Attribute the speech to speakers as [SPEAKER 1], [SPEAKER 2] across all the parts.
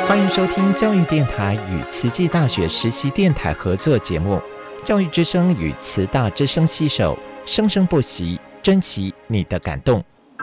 [SPEAKER 1] 欢迎收听教育电台与慈济大学实习电台合作节目《教育之声》与慈大之声携手，生生不息，珍惜你的感动。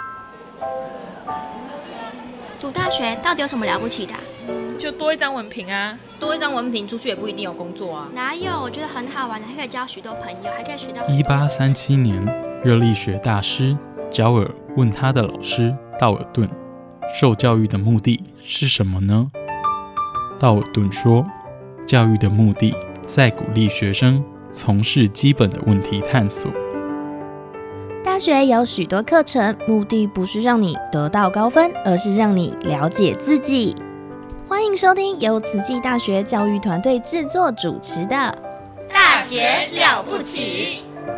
[SPEAKER 2] 读大学到底有什么了不起的？
[SPEAKER 3] 就多一张文凭啊！
[SPEAKER 4] 多一张文凭，出去也不一定有工作啊。
[SPEAKER 2] 哪有？我觉得很好玩的，还可以交许多朋友，还可以学到。
[SPEAKER 5] 1837年，热力学大师焦耳问他的老师道尔顿，受教育的目的是什么呢？道尔顿说，教育的目的在鼓励学生从事基本的问题探索。
[SPEAKER 6] 大学有许多课程，目的不是让你得到高分，而是让你了解自己。欢迎收听由慈济大学教育团队制作主持的《
[SPEAKER 4] 大学了不起》。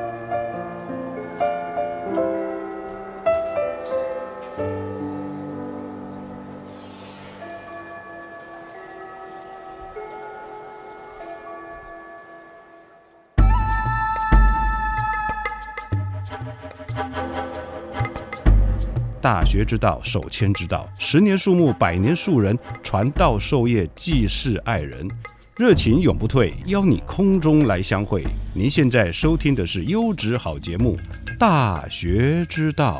[SPEAKER 7] 大学之道，守谦之道，10年树木，100年树人，传道授业，济世爱人，热情永不退，邀你空中来相会。您现在收听的是优质好节目《大学之道》。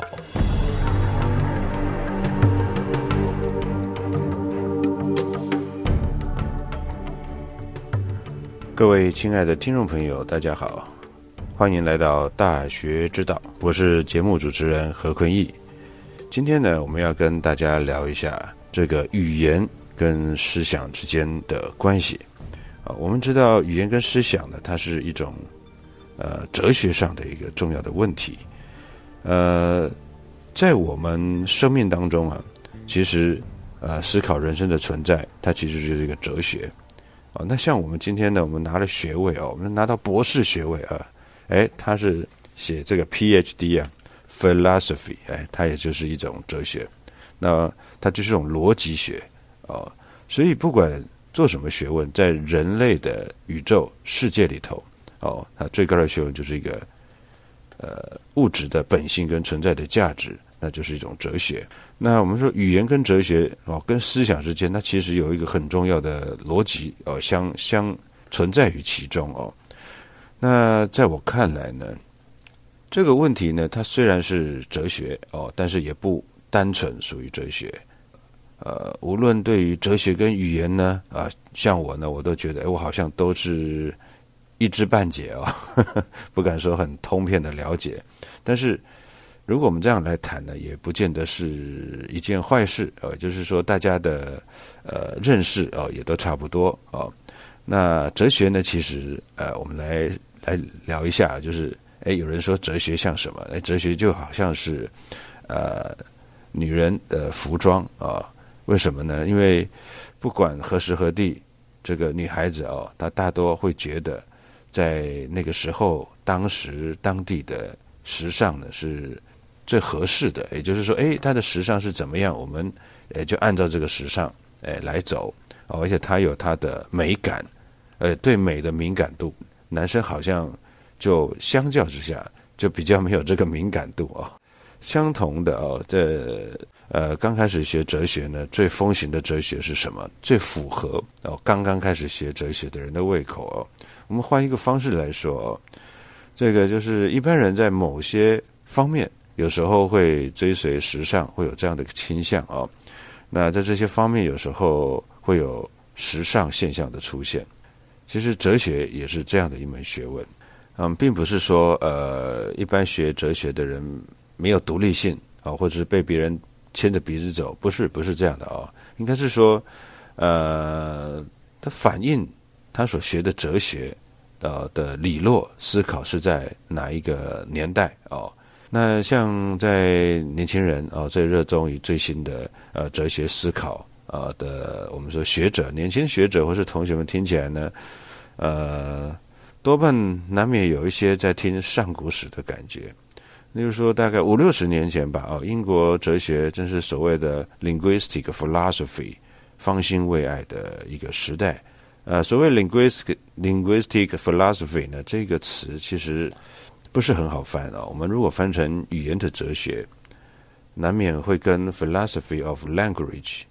[SPEAKER 7] 各位亲爱的听众朋友，大家好，欢迎来到《大学之道》，我是节目主持人何坤义。今天呢，我们要跟大家聊一下这个语言跟思想之间的关系。我们知道语言跟思想呢，它是一种哲学上的一个重要的问题。在我们生命当中啊，其实思考人生的存在，它其实就是一个哲学。那像我们今天呢，我们拿了学位我们拿到博士学位他是写这个 PhD philosophy， 它也就是一种哲学，那它就是一种逻辑学所以不管做什么学问，在人类的宇宙世界里头它最高的学问就是一个物质的本性跟存在的价值，那就是一种哲学。那我们说语言跟哲学跟思想之间，它其实有一个很重要的逻辑相存在于其中那在我看来呢，这个问题呢，它虽然是哲学但是也不单纯属于哲学。无论对于哲学跟语言呢像我呢，我都觉得我好像都是一知半解不敢说很通遍的了解。但是如果我们这样来谈呢，也不见得是一件坏事就是说大家的认识也都差不多那哲学呢，其实我们来聊一下，就是有人说哲学像什么？哲学就好像是女人的服装为什么呢？因为不管何时何地，这个女孩子她大多会觉得在那个时候当时当地的时尚呢是最合适的，也就是说她的时尚是怎么样，我们就按照这个时尚来走而且她有她的美感对美的敏感度，男生好像就相较之下就比较没有这个敏感度相同的刚开始学哲学呢，最风行的哲学是什么？最符合刚刚开始学哲学的人的胃口我们换一个方式来说这个就是一般人在某些方面有时候会追随时尚，会有这样的倾向那在这些方面有时候会有时尚现象的出现。其实哲学也是这样的一门学问并不是说一般学哲学的人没有独立性或者是被别人牵着鼻子走，不是这样的应该是说它反映他所学的哲学的理络思考是在哪一个年代那像在年轻人最热衷于最新的哲学思考的我们说学者，年轻学者或是同学们听起来呢多半难免有一些在听上古史的感觉。例如说大概50-60年前吧英国哲学真是所谓的 linguistic philosophy 方兴未艾的一个时代所谓 linguistic philosophy 呢，这个词其实不是很好翻我们如果翻成语言的哲学，难免会跟 philosophy of language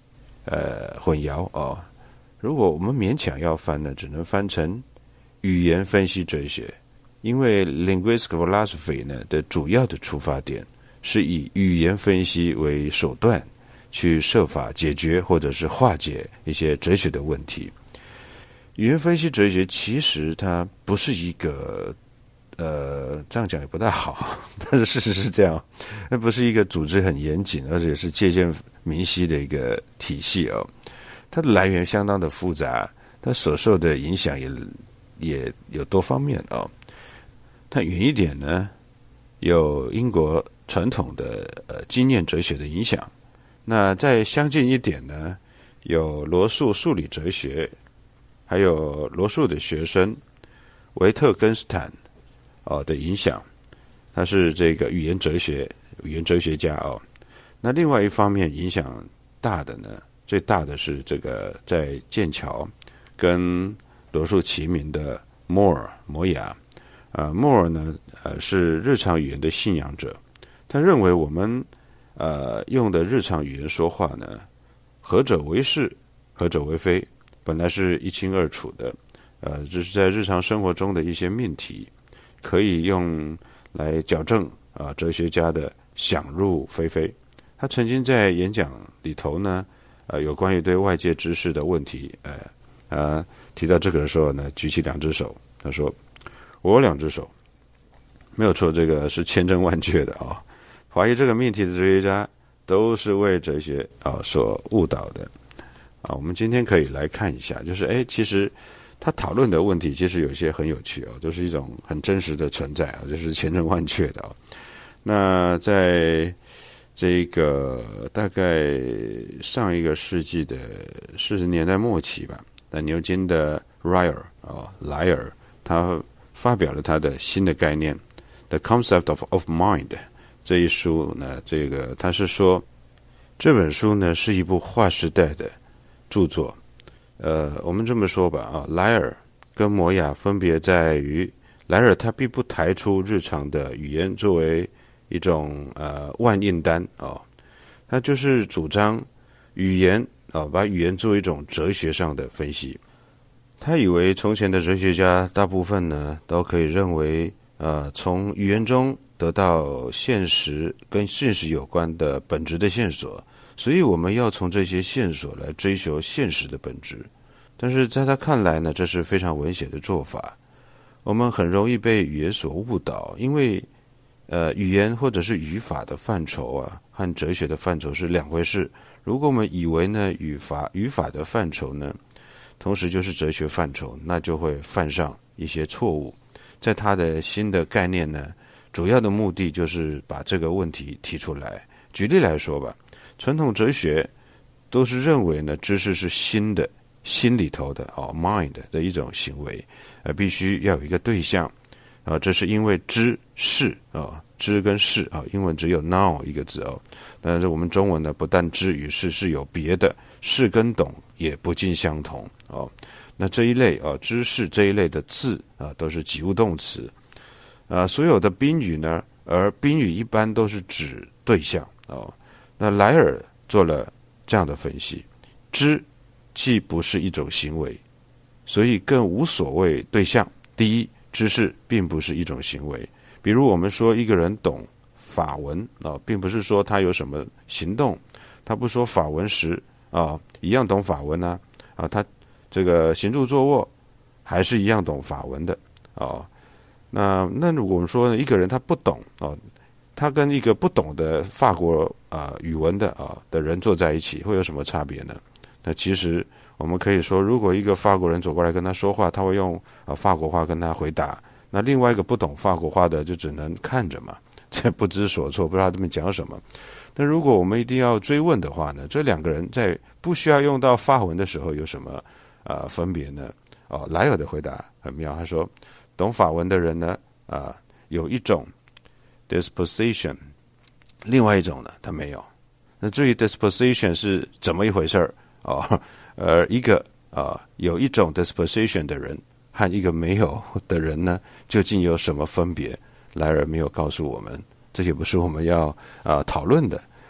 [SPEAKER 7] 混淆哦。如果我们勉强要翻呢，只能翻成语言分析哲学，因为 linguistic philosophy 呢的主要的出发点是以语言分析为手段，去设法解决或者是化解一些哲学的问题。语言分析哲学其实它不是一个这样讲也不大好，但是事实是这样，那不是一个组织很严谨，而且是借鉴明晰的一个体系哦。它的来源相当的复杂，它所受的影响也有多方面哦。它远一点呢，有英国传统的经验哲学的影响。那再相近一点呢，有罗素数理哲学，还有罗素的学生维特根斯坦的影响。他是这个语言哲学家哦。那另外一方面影响大的呢，最大的是这个在剑桥跟罗素齐名的摩亚。摩尔呢是日常语言的信仰者，他认为我们用的日常语言说话呢，何者为是，何者为非，本来是一清二楚的。这是在日常生活中的一些命题，可以用来矫正哲学家的想入非非。他曾经在演讲里头呢，有关于对外界知识的问题，提到这个的时候呢，举起2只手，他说：“我有2只手，没有错，这个是千真万确的啊。怀疑这个命题的哲学家都是为哲学所误导的啊。我们今天可以来看一下，就是其实他讨论的问题其实有一些很有趣都是一种很真实的存在就是千真万确的那在这个大概上一个世纪的40年代末期吧，那牛津的莱尔他发表了他的新的概念 The Concept of Mind 这一书呢，这个他是说这本书呢是一部划时代的著作。我们这么说吧莱尔跟摩亚分别在于，莱尔他并不抬出日常的语言作为一种万应单他就是主张语言把语言作为一种哲学上的分析。他以为从前的哲学家大部分呢都可以认为从语言中得到现实跟现实有关的本质的线索，所以我们要从这些线索来追求现实的本质。但是在他看来呢，这是非常危险的做法。我们很容易被语言所误导，因为语言或者是语法的范畴和哲学的范畴是2回事。如果我们以为呢语法的范畴呢同时就是哲学范畴，那就会犯上一些错误。在他的新的概念呢，主要的目的就是把这个问题提出来。举例来说吧，传统哲学都是认为呢知识是心里头的mind 的一种行为，必须要有一个对象这是因为知是知跟是英文只有 now 一个字但是我们中文呢不但知与是有别的，是跟懂也不尽相同那这一类知识这一类的字都是及物动词所有的宾语呢，而宾语一般都是指对象那莱尔做了这样的分析，知既不是一种行为，所以更无所谓对象。第一，知识并不是一种行为，比如我们说一个人懂法文并不是说他有什么行动，他不说法文时一样懂法文他这个行住坐卧还是一样懂法文的那如果我们说一个人他不懂他跟一个不懂的法国语文的人坐在一起会有什么差别呢？那其实我们可以说，如果一个法国人走过来跟他说话，他会用法国话跟他回答，那另外一个不懂法国话的就只能看着嘛，这不知所措，不知道他们讲什么。但如果我们一定要追问的话呢，这2个人在不需要用到法文的时候有什么分别呢？莱尔的回答很妙，他说懂法文的人呢有一种 disposition， 另外一种呢他没有。那至于 disposition 是怎么一回事一个有一种 disposition 的人和一个没有的人呢究竟有什么分别？莱尔没有告诉我们，这也不是我们要讨论的。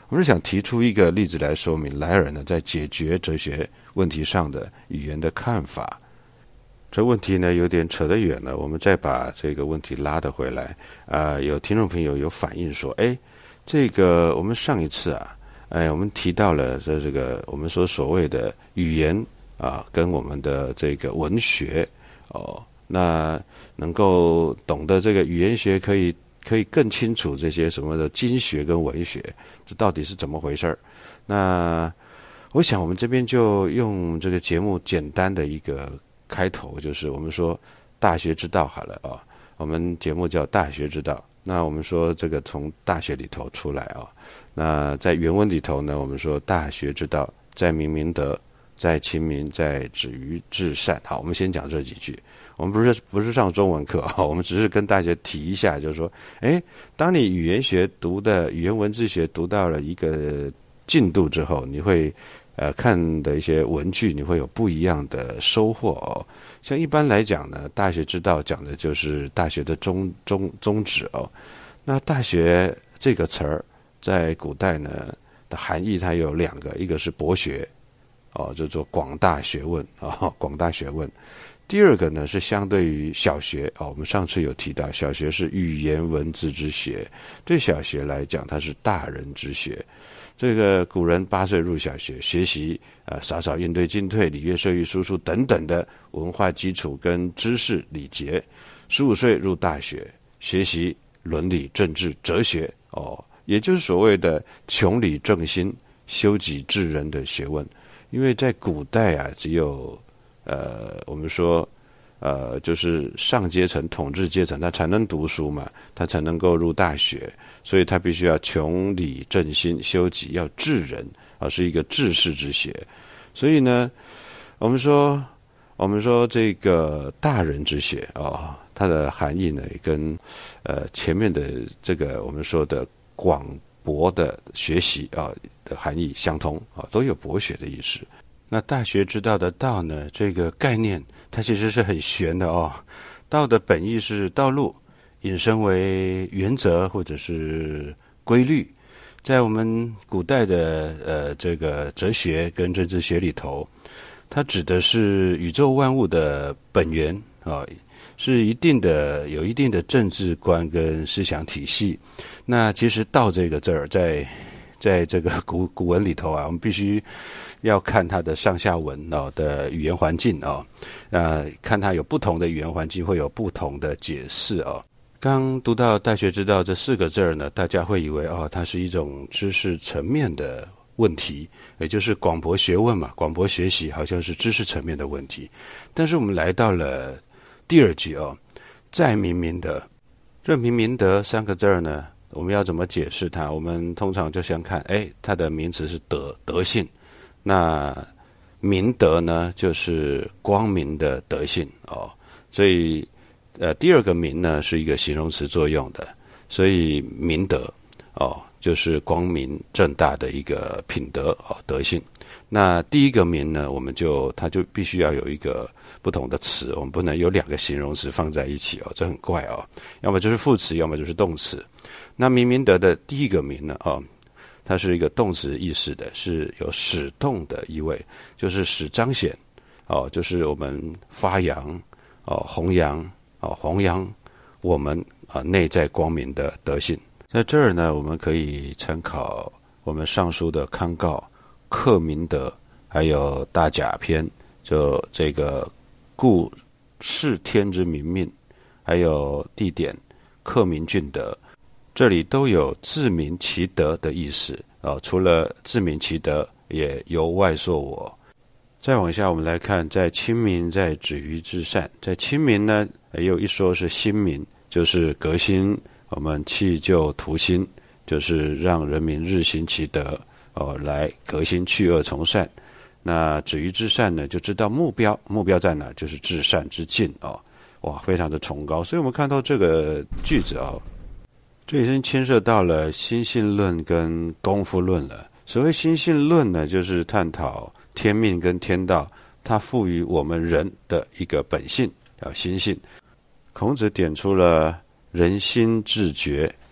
[SPEAKER 7] 我是想提出一个例子来说明莱尔呢在解决哲学问题上的语言的看法。这问题呢有点扯得远了，我们再把这个问题拉得回来。有听众朋友有反映说，这个我们上一次我们提到了这个我们所谓的语言跟我们的这个文学那能够懂得这个语言学可以更清楚这些什么的经学跟文学，这到底是怎么回事？那我想我们这边就用这个节目简单的一个开头，就是我们说大学之道好了我们节目叫大学之道。那我们说这个从大学里头出来那在原文里头呢，我们说大学之道，在明明德，在亲民，在止于至善。好，我们先讲这几句。我们不是上中文课我们只是跟大家提一下，就是说，当你语言学读的语言文字学读到了一个进度之后，你会看的一些文句，你会有不一样的收获像一般来讲呢，大学之道讲的就是大学的宗旨那大学这个词儿在古代呢的含义它有两个，一个是博学叫做广大学问广大学问。第二个呢是相对于小学我们上次有提到，小学是语言文字之学，对小学来讲它是大人之学。这个古人8岁入小学，学习洒扫应对进退、礼乐射御书数等等的文化基础跟知识礼节。15岁入大学，学习伦理、政治、哲学也就是所谓的穷理正心、修己治人的学问。因为在古代只有我们说就是上阶层统治阶层他才能读书嘛，他才能够入大学，所以他必须要穷理正心，修己，要治人是一个治世之学。所以呢我们说这个大人之学它的含义呢跟前面的这个我们说的广博的学习的含义相同都有博学的意思。那大学之道的道呢，这个概念它其实是很玄的道的本意是道路，引申为原则或者是规律。在我们古代的这个哲学跟政治学里头，它指的是宇宙万物的本源是有一定的政治观跟思想体系。那其实道这个字儿在这个古文里头我们必须要看它的上下文的语言环境看它有不同的语言环境会有不同的解释刚读到大学之道这4个字呢，大家会以为它是一种知识层面的问题，也就是广博学问嘛，广博学习好像是知识层面的问题。但是我们来到了第2句在明明德。这明明德3个字呢，我们要怎么解释它？我们通常就想看它的名词是德性。那明德呢就是光明的德性所以第2个明呢是一个形容词作用的，所以明德就是光明正大的一个品德德性。那第1个明呢，它就必须要有一个不同的词，我们不能有2个形容词放在一起这很怪要么就是副词，要么就是动词。那明德的第1个明呢它是一个动词意识的，是有使动的意味，就是使彰显就是我们发扬弘扬我们内在光明的德性。在这儿呢，我们可以参考我们上书的康诰、克明德，还有大甲篇，就这个故视天之明命，还有地点克明俊德，这里都有自明其德的意思除了自明其德，也由外铄我。再往下我们来看，在亲民，在止于至善。在亲民呢，也有一说是新民，就是革新我们弃旧图新，就是让人民日行其德来革新去恶从善。那止于至善呢，就知道目标在哪，就是至善之境哇，非常的崇高。所以我们看到这个句子这已经牵涉到了心性论跟功夫论了。所谓心性论呢，就是探讨天命跟天道它赋予我们人的一个本性心性。孔子点出了人心自觉，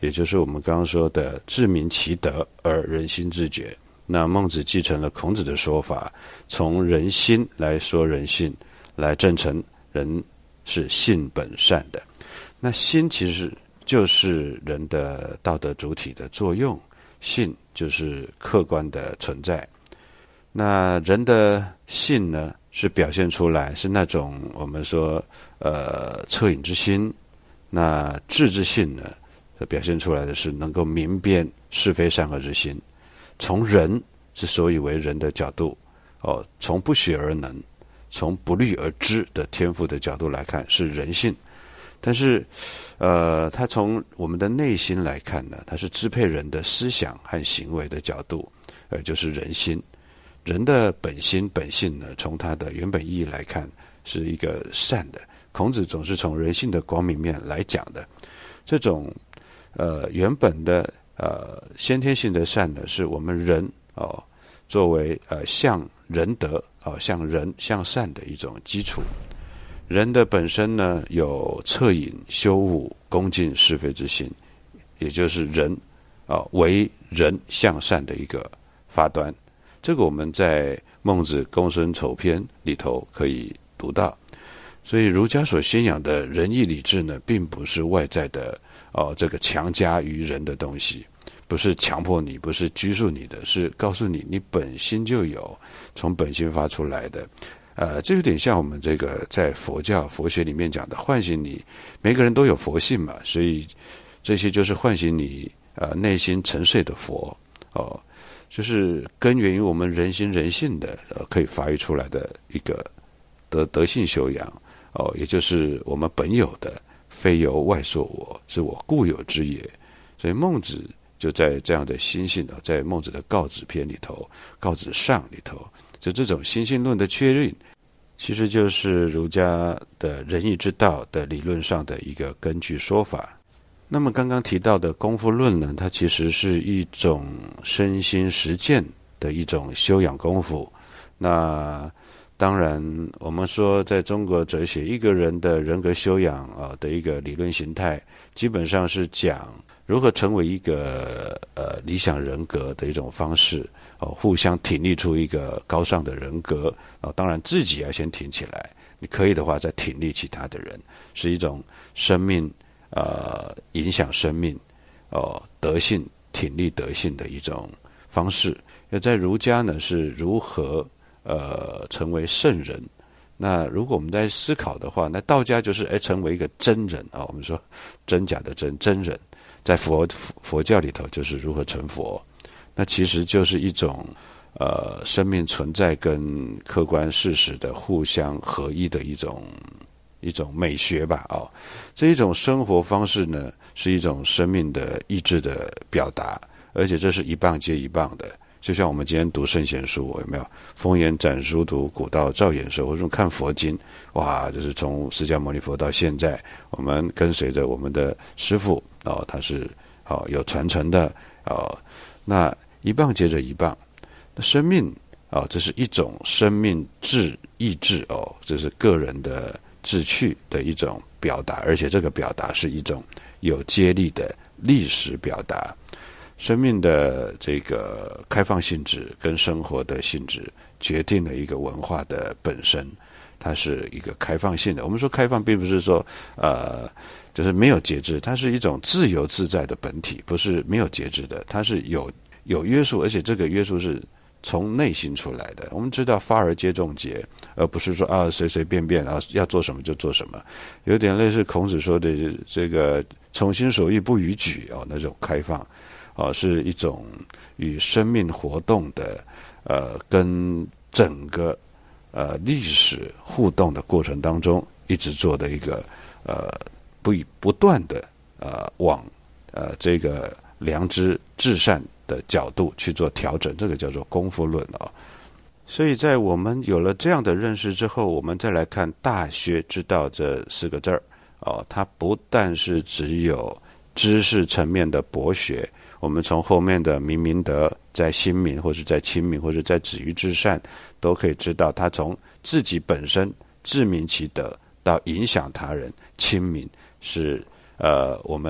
[SPEAKER 7] 也就是我们刚刚说的自明其德而人心自觉。那孟子继承了孔子的说法，从人心来说人性，来证成人是性本善的。那心其实就是人的道德主体的作用，性就是客观的存在。那人的性呢，是表现出来是那种我们说恻隐之心。那智之性呢，表现出来的是能够明辨是非善恶之心。从人之所以为人的角度，从不学而能，从不虑而知的天赋的角度来看是人性。但是它从我们的内心来看呢，它是支配人的思想和行为的角度，就是人心。人的本心本性呢，从它的原本意义来看是一个善的。孔子总是从人性的光明面来讲的。这种原本的先天性的善呢，是我们人作为向仁德向人向善的一种基础。人的本身呢，有恻隐羞恶恭敬是非之心，也就是人为人向善的一个发端。这个我们在孟子公孙丑篇里头可以读到。所以儒家所宣扬的仁义礼智呢，并不是外在的这个强加于人的东西，不是强迫你，不是拘束你的，是告诉你你本心就有，从本心发出来的。这有点像我们这个在佛学里面讲的唤醒你，每个人都有佛性嘛，所以这些就是唤醒你内心沉睡的佛就是根源于我们人心人性的可以发育出来的一个德性修养也就是我们本有的，非由外所我，是我固有之也。所以孟子就在这样的心性在孟子的告子篇里头，告子上里头，就这种心性论的确认，其实就是儒家的仁义之道的理论上的一个根据说法。那么刚刚提到的功夫论呢，它其实是一种身心实践的一种修养功夫。那当然我们说在中国哲学，一个人的人格修养的一个理论形态，基本上是讲如何成为一个理想人格的一种方式互相挺立出一个高尚的人格当然自己要先挺起来，你可以的话再挺立其他的人，是一种生命影响生命德性挺立德性的一种方式。要在儒家呢，是如何成为圣人。那如果我们在思考的话，那道家就是成为一个真人我们说真假的真人。在佛教里头就是如何成佛，那其实就是一种生命存在跟客观事实的互相合一的一种美学吧这一种生活方式呢，是一种生命的意志的表达，而且这是一棒接一棒的。就像我们今天读圣贤书，有没有风言展书读古道照眼熟，或者看佛经，哇，就是从释迦牟尼佛到现在，我们跟随着我们的师父他是有传承的那一棒接着一棒。那生命这是一种生命意志这是个人的志趣的一种表达，而且这个表达是一种有接力的历史表达。生命的这个开放性质跟生活的性质决定了一个文化的本身，它是一个开放性的。我们说开放并不是说就是没有节制，它是一种自由自在的本体，不是没有节制的，它是有约束，而且这个约束是从内心出来的。我们知道发而皆中节，而不是说随随便便要做什么就做什么，有点类似孔子说的这个从心所欲不逾矩那种开放是一种与生命活动的跟整个历史互动的过程当中一直做的一个不断的往这个良知至善的角度去做调整，这个叫做功夫论所以在我们有了这样的认识之后，我们再来看大学之道这4个字儿它不但是只有知识层面的博学，我们从后面的明德，在亲民或者在亲民或者在止于至善，都可以知道他从自己本身自明其德到影响他人亲民，是我们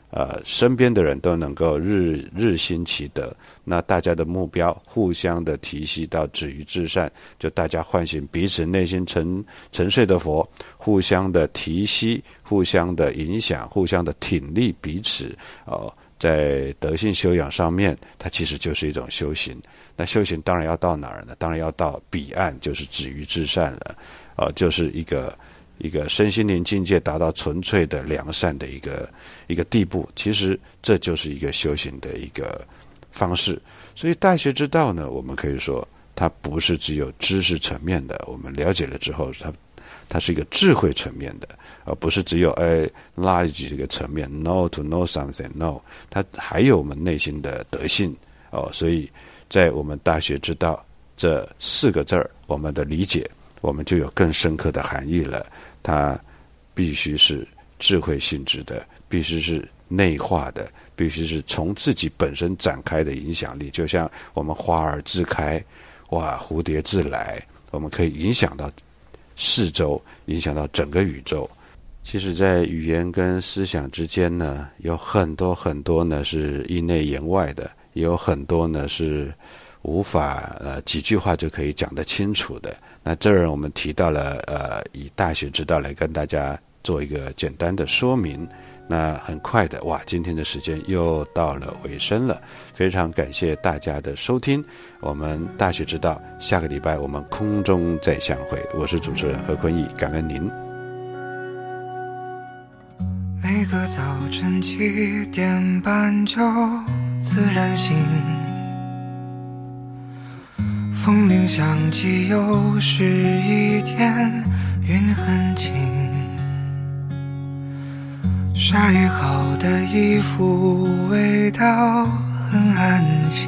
[SPEAKER 7] 身边的人都能够日新其德，那大家的目标互相的提携到止于至善，就大家唤醒彼此内心沉睡的佛，互相的提携，互相的影响，互相的挺励彼此在德性修养上面，它其实就是一种修行。那修行当然要到哪儿呢？当然要到彼岸，就是止于至善了，就是一个身心灵境界达到纯粹的良善的一个地步。其实这就是一个修行的一个方式。所以大学之道呢，我们可以说它不是只有知识层面的，我们了解了之后，它是一个智慧层面的，而不是只有knowledge 这个层面 know to know something no， 它还有我们内心的德性所以在我们大学之道这4个字儿，我们的理解，我们就有更深刻的含义了。它必须是智慧性质的，必须是内化的，必须是从自己本身展开的影响力。就像我们花儿自开，蝴蝶自来，我们可以影响到四周，影响到整个宇宙。其实在语言跟思想之间呢，有很多很多呢是意内言外的，也有很多呢是无法几句话就可以讲得清楚的。那这儿我们提到了以大学之道来跟大家做一个简单的说明。那很快的今天的时间又到了尾声了，非常感谢大家的收听。我们大学之道下个礼拜我们空中再相会，我是主持人何坤义，感恩您。
[SPEAKER 8] 每个早晨7点半就自然醒，风铃响起又是一天，云很轻，晒好的衣服味道很安心，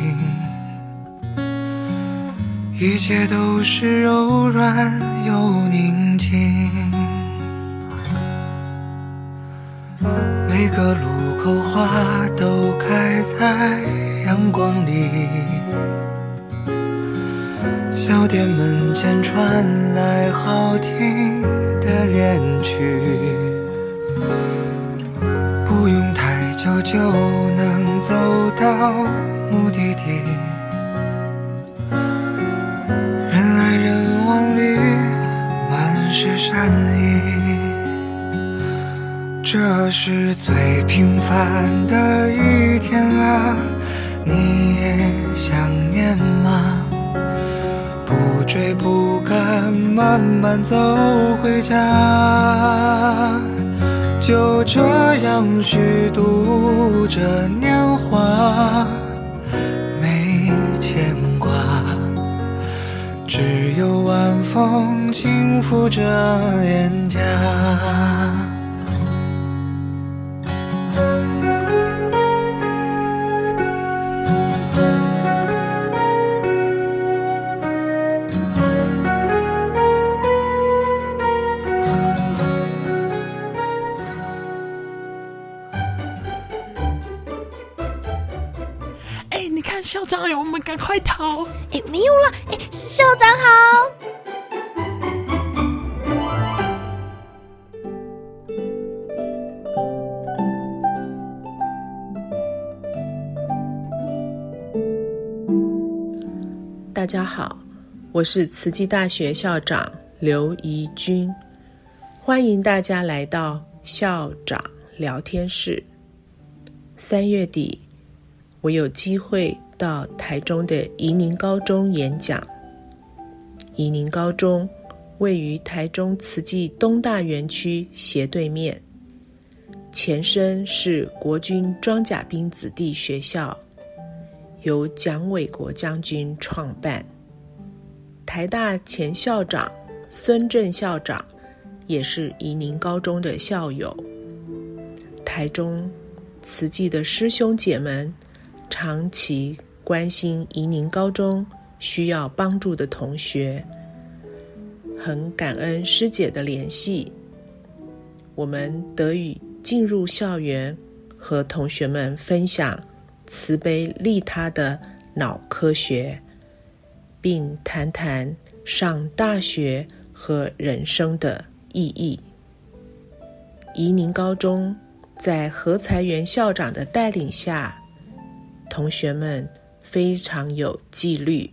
[SPEAKER 8] 一切都是柔软又宁静，每个路口花都开在阳光里，小店门前传来好听的恋曲，不用太久就能走到目的地，人来人往里满是善意，这是最平凡的一天啊，你也想念吗？不追不赶，慢慢走回家，就这样虚度着年华，没牵挂，只有晚风轻拂着脸颊。
[SPEAKER 3] 校长，我们赶快逃！
[SPEAKER 6] 没有啦，校长好。
[SPEAKER 9] 大家好，我是慈济大学校长刘怡君，欢迎大家来到校长聊天室。3月底，我有机会到台中的宜宁高中演讲。宜宁高中位于台中慈济东大园区斜对面，前身是国军装甲兵子弟学校，由蒋纬国将军创办。台大前校长孙正校长也是宜宁高中的校友。台中慈济的师兄姐们长期关心宜宁高中需要帮助的同学，很感恩师姐的联系，我们得以进入校园，和同学们分享慈悲利他的脑科学，并谈谈上大学和人生的意义。宜宁高中在何才元校长的带领下，同学们非常有纪律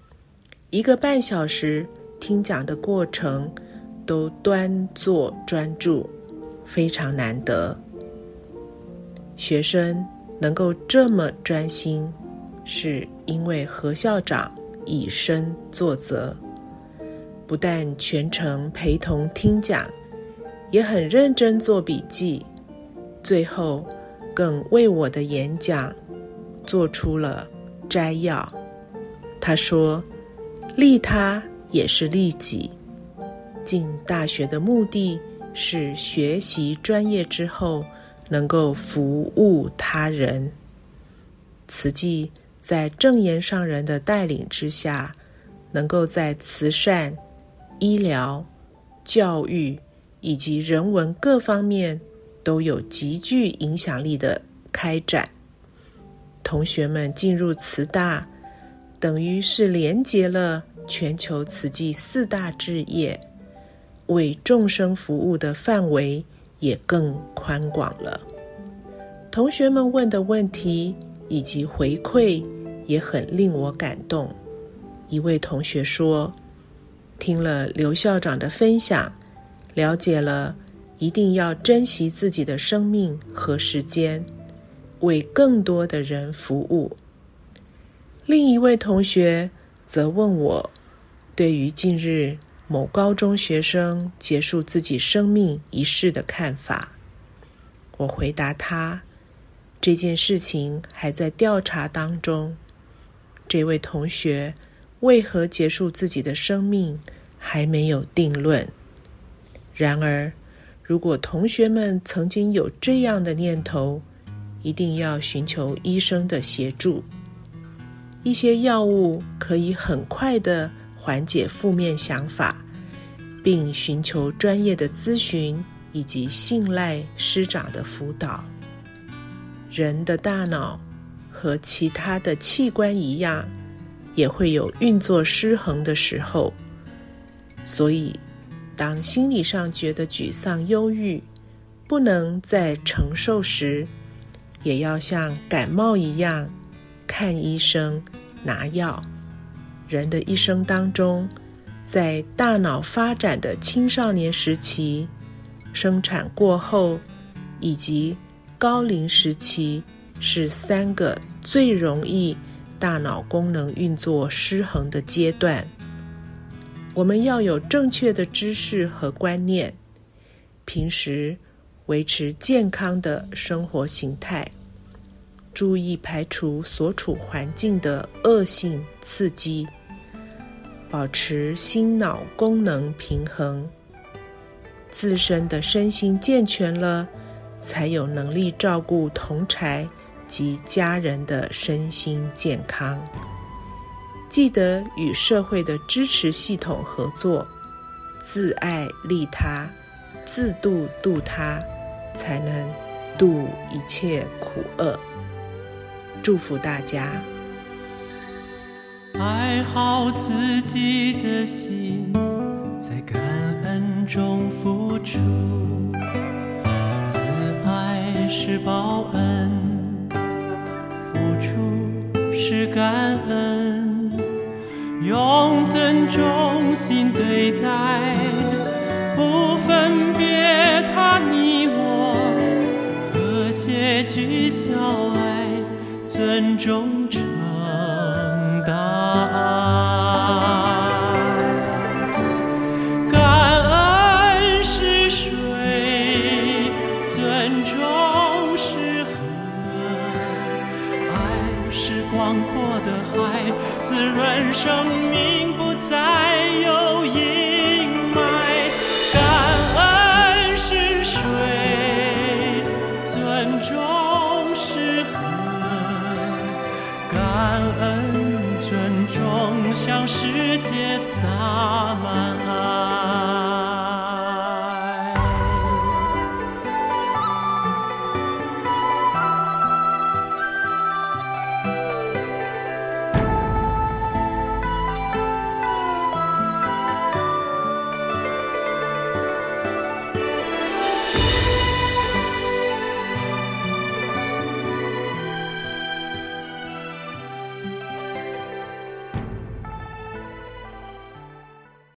[SPEAKER 9] ，1个半小时听讲的过程都端坐专注，非常难得。学生能够这么专心，是因为何校长以身作则，不但全程陪同听讲，也很认真做笔记，最后更为我的演讲做出了摘要。他说，利他也是利己，进大学的目的是学习专业之后能够服务他人。慈济在正言上人的带领之下，能够在慈善、医疗、教育以及人文各方面都有极具影响力的开展。同学们进入慈大，等于是连结了全球慈济4大志业，为众生服务的范围也更宽广了。同学们问的问题以及回馈也很令我感动。一位同学说，听了刘校长的分享，了解了一定要珍惜自己的生命和时间，为更多的人服务。另一位同学则问我，对于近日某高中学生结束自己生命一事的看法。我回答他，这件事情还在调查当中，这位同学为何结束自己的生命还没有定论。然而，如果同学们曾经有这样的念头，一定要寻求医生的协助。一些药物可以很快地缓解负面想法，并寻求专业的咨询以及信赖师长的辅导。人的大脑和其他的器官一样，也会有运作失衡的时候，所以当心理上觉得沮丧、忧郁，不能再承受时，也要像感冒一样看医生、拿药。人的一生当中，在大脑发展的青少年时期、生产过后以及高龄时期，是3个最容易大脑功能运作失衡的阶段。我们要有正确的知识和观念，平时维持健康的生活形态，注意排除所处环境的恶性刺激，保持心脑功能平衡，自身的身心健全了，才有能力照顾同侪及家人的身心健康。记得与社会的支持系统合作，自爱利他，自度度他，才能度一切苦厄。祝福大家。
[SPEAKER 3] 爱好自己的心，在感恩中付出，自爱是报恩，付出是感恩，用尊重心对待，不分别他你我，和谐聚小爱，尊重承担。感恩是水，尊重是河，爱是广阔的海，滋润生命不再有阴霾。感恩是水，尊重是河，感恩尊重向世界洒满